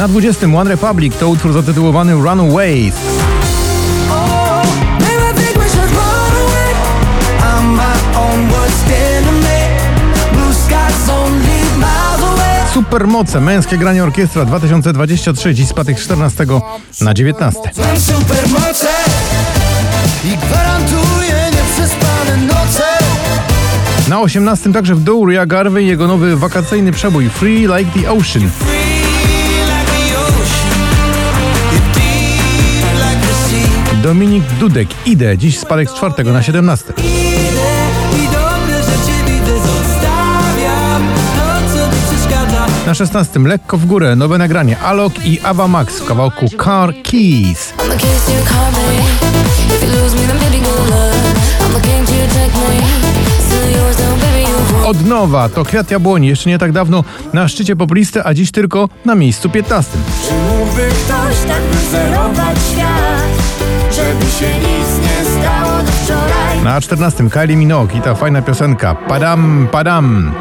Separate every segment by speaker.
Speaker 1: Na 20. One Republic to utwór zatytułowany Runaways. Supermoce, męskie granie orkiestra 2023, dziś spadek z 14 na 19.
Speaker 2: Supermoce i gwarantuje nieprzespane noce.
Speaker 1: Na 18 także w dół Ria Garvey i jego nowy wakacyjny przebój Free Like the Ocean. Dominik Dudek, Idę, dziś spadek z 4 na 17. Na 16 lekko w górę nowe nagranie Alok i Ava Max w kawałku Car Keys. Od nowa to Kwiat Jabłoni, jeszcze nie tak dawno na szczycie poplisty, a dziś tylko na miejscu 15.
Speaker 2: Czy mógłby ktoś tak wyzerować świat, żeby się nic nie stało do wczoraj?
Speaker 1: Na 14 Kylie Minogue i ta fajna piosenka Padam, Padam.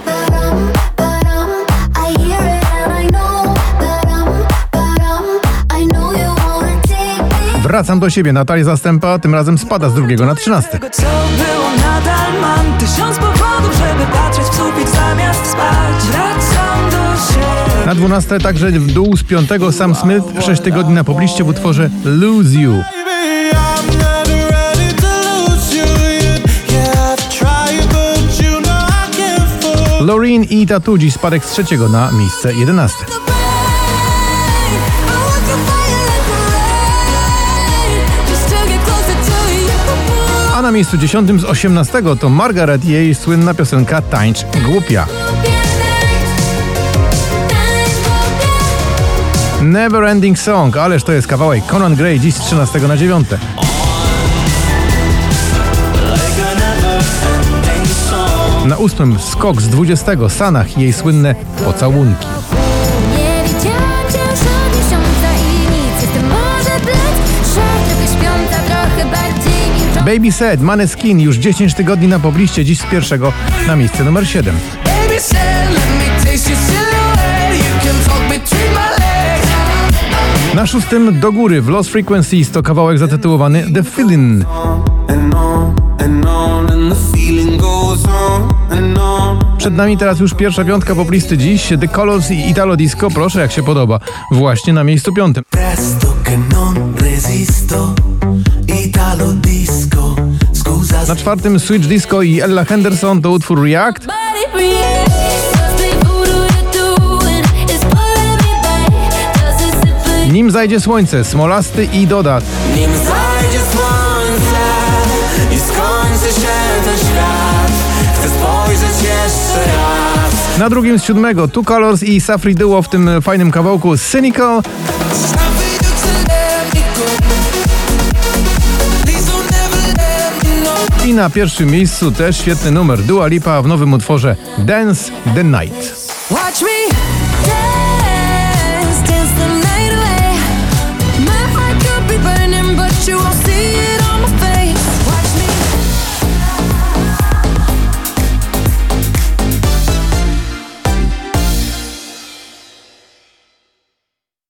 Speaker 1: Wracam do siebie, Natalia Zastępa, tym razem spada z 2 na 13.
Speaker 3: Co było, nadal mam 1000 powodów, żeby patrzeć w sufit zamiast spać. Wracam do siebie.
Speaker 1: Na 12 także w dół z 5 Sam Smith, 6 tygodni na pobliście w utworze Lose You. Loreen i Tatu, dziś spadek z 3 na miejsce 11. A na miejscu 10 z 18 to Margaret i jej słynna piosenka Tańcz głupia. Never Ending Song, ależ to jest kawałek Conan Gray, dziś z 13 na 9. Na 8 skok z 20 Sanach i jej słynne Pocałunki. Baby Said, Maneskin, już 10 tygodni na pobliście, dziś z 1 na miejsce numer 7. Na 6 do góry w Lost Frequencies to kawałek zatytułowany The Feeling. Przed nami teraz już pierwsza piątka poplisty dziś. The Colors i Italo Disco, proszę jak się podoba, właśnie na miejscu 5. Na 4 Switch Disco i Ella Henderson to utwór React. Nim zajdzie słońce, Smolasty i Doda.
Speaker 2: Nim zajdzie słońce i skończy się ten świat, chcę spojrzeć jeszcze raz.
Speaker 1: Na 2 z 7 Two Colors i Safri Duo w tym fajnym kawałku Cynical. I na 1 miejscu też świetny numer Dua Lipa w nowym utworze Dance the Night.
Speaker 3: Watch me